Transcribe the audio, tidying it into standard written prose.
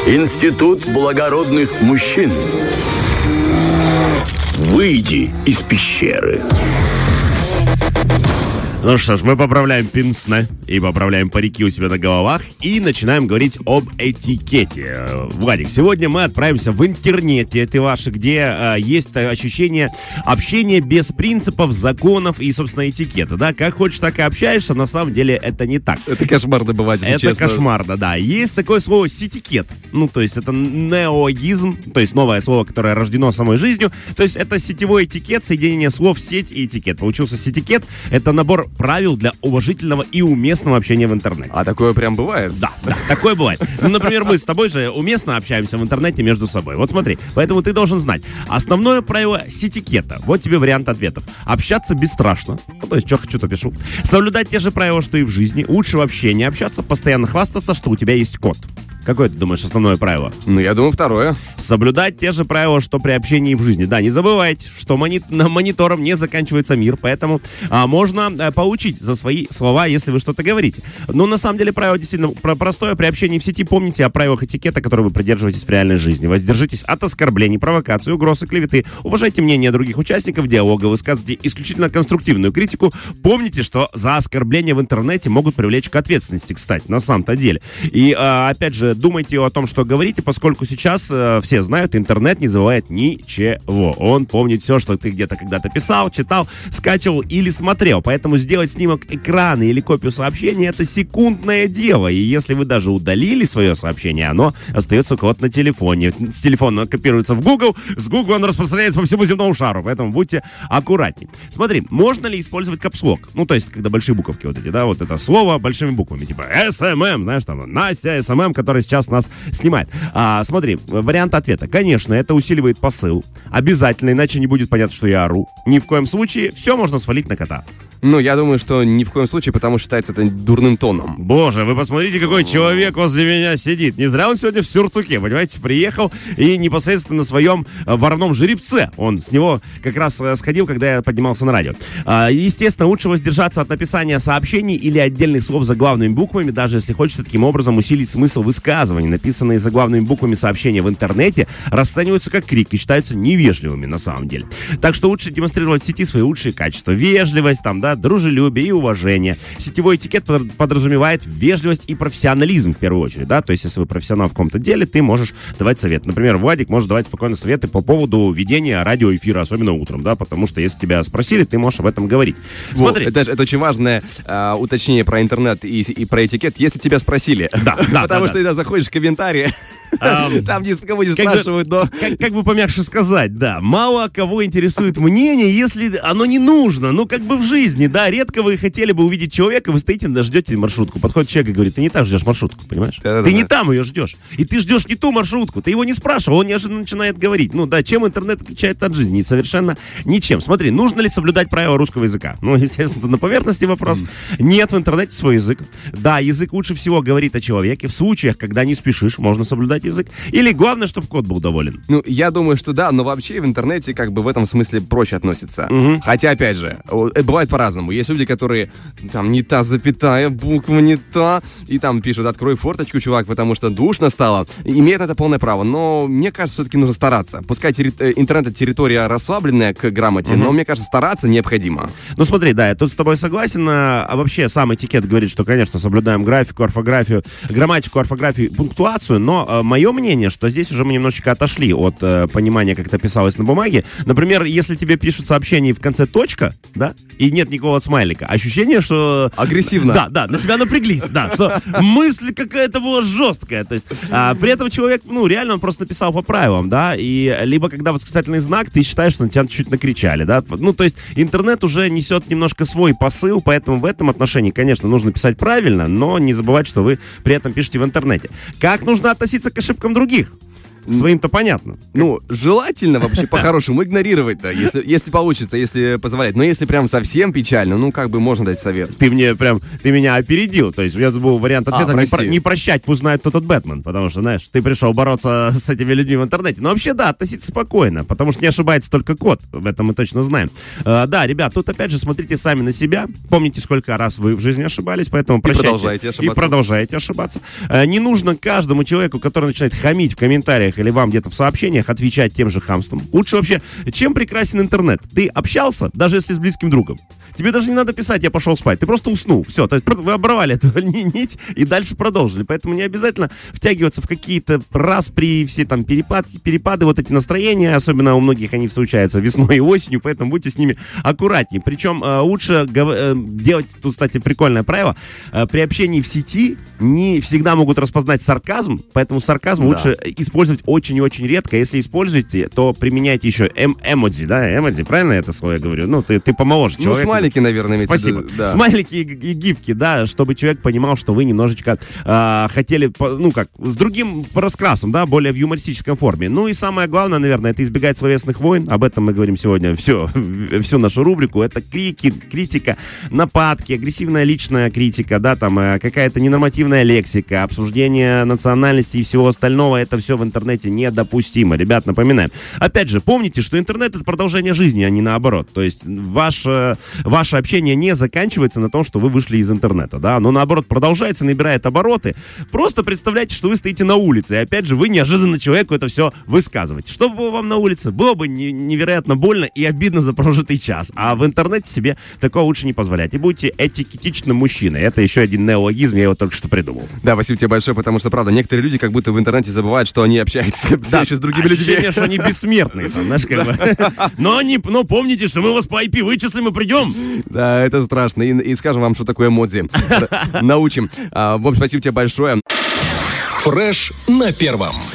Институт благородных мужчин. Выйди из пещеры. Ну что ж, мы поправляем пенсне и поправляем парики у себя на головах и начинаем говорить об этикете. Владик, сегодня мы отправимся в интернете, это ваше, где есть ощущение общения без принципов, законов и, собственно, этикета, да? Как хочешь, так и общаешься, на самом деле это не так. Это кошмарно бывает, если честно. Это кошмарно, да. Есть такое слово «сетикет». Ну, то есть это неологизм, то есть новое слово, которое рождено самой жизнью. То есть это сетевой этикет, соединение слов «сеть» и «этикет». Получился сетикет — это набор правил для уважительного и уместного общения в интернете. А такое прям бывает? Да, такое бывает. Ну, например, мы с тобой же уместно общаемся в интернете между собой. Вот смотри, поэтому ты должен знать. Основное правило сетикета. Вот тебе вариант ответов. Общаться бесстрашно. Ну, то есть, что хочу, то пишу. Соблюдать те же правила, что и в жизни. Лучше вообще не общаться, постоянно хвастаться, что у тебя есть кот. Какое, ты думаешь, основное правило? Ну, я думаю, второе. Соблюдать те же правила, что при общении в жизни. Да, не забывайте, что монитором не заканчивается мир, поэтому можно получить за свои слова, если вы что-то говорите. Но на самом деле правило действительно простое. При общении в сети помните о правилах этикета, которые вы придерживаетесь в реальной жизни. Воздержитесь от оскорблений, провокаций, угроз и клеветы. Уважайте мнение других участников диалога, высказывайте исключительно конструктивную критику. Помните, что за оскорбления в интернете могут привлечь к ответственности, кстати, на самом-то деле. И, опять же, думайте о том, что говорите, поскольку сейчас все знают, интернет не забывает ничего. Он помнит все, что ты где-то когда-то писал, читал, скачивал или смотрел. Поэтому сделать снимок экрана или копию сообщения — это секундное дело. И если вы даже удалили свое сообщение, оно остается у кого-то на телефоне. С телефона оно копируется в Google, с Google оно распространяется по всему земному шару. Поэтому будьте аккуратнее. Смотри, можно ли использовать капслок? Ну, то есть, когда большие буковки вот эти, да, вот это слово большими буквами, типа SMM, знаешь, там, Настя SMM, который сейчас нас снимает. Смотри, вариант ответа. Конечно, это усиливает посыл. Обязательно, иначе не будет понятно, что я ору. Ни в коем случае, все можно свалить на кота. Ну, я думаю, что ни в коем случае, потому что считается это дурным тоном. Боже, вы посмотрите, какой человек возле меня сидит. Не зря он сегодня в сюртуке, понимаете, приехал и непосредственно на своем вороном жеребце. Он с него как раз сходил, когда я поднимался на радио. Естественно, лучше воздержаться от написания сообщений или отдельных слов заглавными буквами, даже если хочется таким образом усилить смысл высказываний. Написанные заглавными буквами сообщения в интернете расцениваются как крик и считаются невежливыми на самом деле. Так что лучше демонстрировать в сети свои лучшие качества. Вежливость, там, да, дружелюбие и уважение. Сетевой этикет подразумевает вежливость и профессионализм в первую очередь, да, то есть если вы профессионал в каком-то деле, ты можешь давать совет. Например, Владик может давать спокойно советы по поводу ведения радиоэфира, особенно утром, да, потому что если тебя спросили, ты можешь об этом говорить. Смотри. Это очень важное уточнение про интернет и про этикет, если тебя спросили. Да. Потому что когда заходишь в комментарии, там никого не спрашивают, но... Как бы помягче сказать, да, мало кого интересует мнение, если оно не нужно, ну, как бы в жизни, да, редко вы хотели бы увидеть человека, вы стоите, ждете маршрутку, подходит человек и говорит, ты не так ждешь маршрутку, понимаешь? Ты не там ее ждешь, и ты ждешь не ту маршрутку, ты его не спрашивал, он неожиданно начинает говорить. Ну, да, чем интернет отличается от жизни? Совершенно ничем. Смотри, нужно ли соблюдать правила русского языка? Ну, естественно, на поверхности вопрос. Нет в интернете свой язык. Да, язык лучше всего говорит о человеке. В случаях, когда не спешишь, можно соблюдать язык. Или главное, чтобы кот был доволен. Ну, я думаю, что да, но вообще в интернете как бы в этом смысле проще относятся. Хотя, опять же, бывает по-разному. Есть люди, которые там не та запятая, буква не та, и там пишут, открой форточку, чувак, потому что душно стало. Имеет на это полное право. Но мне кажется, все-таки нужно стараться. Пускай интернет — это территория расслабленная к грамоте, но мне кажется, стараться необходимо. Ну смотри, да, я тут с тобой согласен. А вообще сам этикет говорит, что, конечно, соблюдаем графику, орфографию, грамматику, орфографию, пунктуацию, но мое мнение, что здесь уже мы немножечко отошли от понимания, как это писалось на бумаге. Например, если тебе пишут сообщение и в конце точка, да, и нет никакого смайлика, ощущение, что... Агрессивно. Да, на тебя напряглись, да, что мысль какая-то была жесткая, то есть при этом человек, ну, реально он просто написал по правилам, да, и либо когда восклицательный знак, ты считаешь, что на тебя чуть накричали, да, ну, то есть интернет уже несет немножко свой посыл, поэтому в этом отношении, конечно, нужно писать правильно, но не забывать, что вы при этом пишете в интернете. Как нужно относиться к ошибкам других? своим-то понятно. Ну, желательно вообще по-хорошему игнорировать-то, если получится, если позволять. Но если прям совсем печально, ну, как бы можно дать совет. Ты меня опередил. То есть у меня был вариант ответа не прощать, пусть знает, кто тот Бэтмен. Потому что, знаешь, ты пришел бороться с этими людьми в интернете. Но вообще, да, относитесь спокойно, потому что не ошибается только кот. В этом мы точно знаем. Да, ребят, тут опять же смотрите сами на себя. Помните, сколько раз вы в жизни ошибались, поэтому прощайте. И продолжаете ошибаться. Не нужно каждому человеку, который начинает хамить в комментариях или вам где-то в сообщениях, отвечать тем же хамством. Лучше вообще, чем прекрасен интернет? Ты общался, даже если с близким другом. Тебе даже не надо писать, я пошел спать. Ты просто уснул. Все, то есть вы оборвали эту нить и дальше продолжили. Поэтому не обязательно втягиваться в какие-то распри, все там перепады, вот эти настроения. Особенно у многих они случаются весной и осенью, поэтому будьте с ними аккуратнее. Причем лучше делать, тут, кстати, прикольное правило, при общении в сети не всегда могут распознать сарказм, поэтому сарказм лучше использовать очень и очень редко. Если используете, то применяйте еще эмодзи, да? Эмодзи, правильно это слово я говорю? Ну, ты помоложе человек. Ну, смайлики, наверное, имеется в виду. Спасибо. Да. Смайлики и гифки, да, чтобы человек понимал, что вы немножечко хотели, ну, как, с другим раскрасом, да, более в юмористической форме. Ну, и самое главное, наверное, это избегать словесных войн. Об этом мы говорим сегодня всю нашу рубрику. Это крики, критика, нападки, агрессивная личная критика, да, там, какая-то ненормативная лексика, обсуждение национальности и всего остального. Это все в интернете недопустимо. Ребят, напоминаем. Опять же, помните, что интернет — это продолжение жизни, а не наоборот. То есть ваше общение не заканчивается на том, что вы вышли из интернета, да, но наоборот продолжается, набирает обороты. Просто представляйте, что вы стоите на улице, и опять же вы неожиданно человеку это все высказываете. Что бы было вам на улице? Было бы невероятно больно и обидно за прожитый час. А в интернете себе такого лучше не позволять. И будьте этикетичным мужчиной. Это еще один неологизм, я его только что придумал. Да, спасибо тебе большое, потому что, правда, некоторые люди как будто в интернете забывают, что они общаются еще с другими людьми. Ощущение, что они бессмертные, там, знаешь, как бы. Но помните, что мы вас по IP вычислим и придем. Да, это страшно. И скажем вам, что такое эмодзи. Научим. В общем, спасибо тебе большое. Фреш на первом.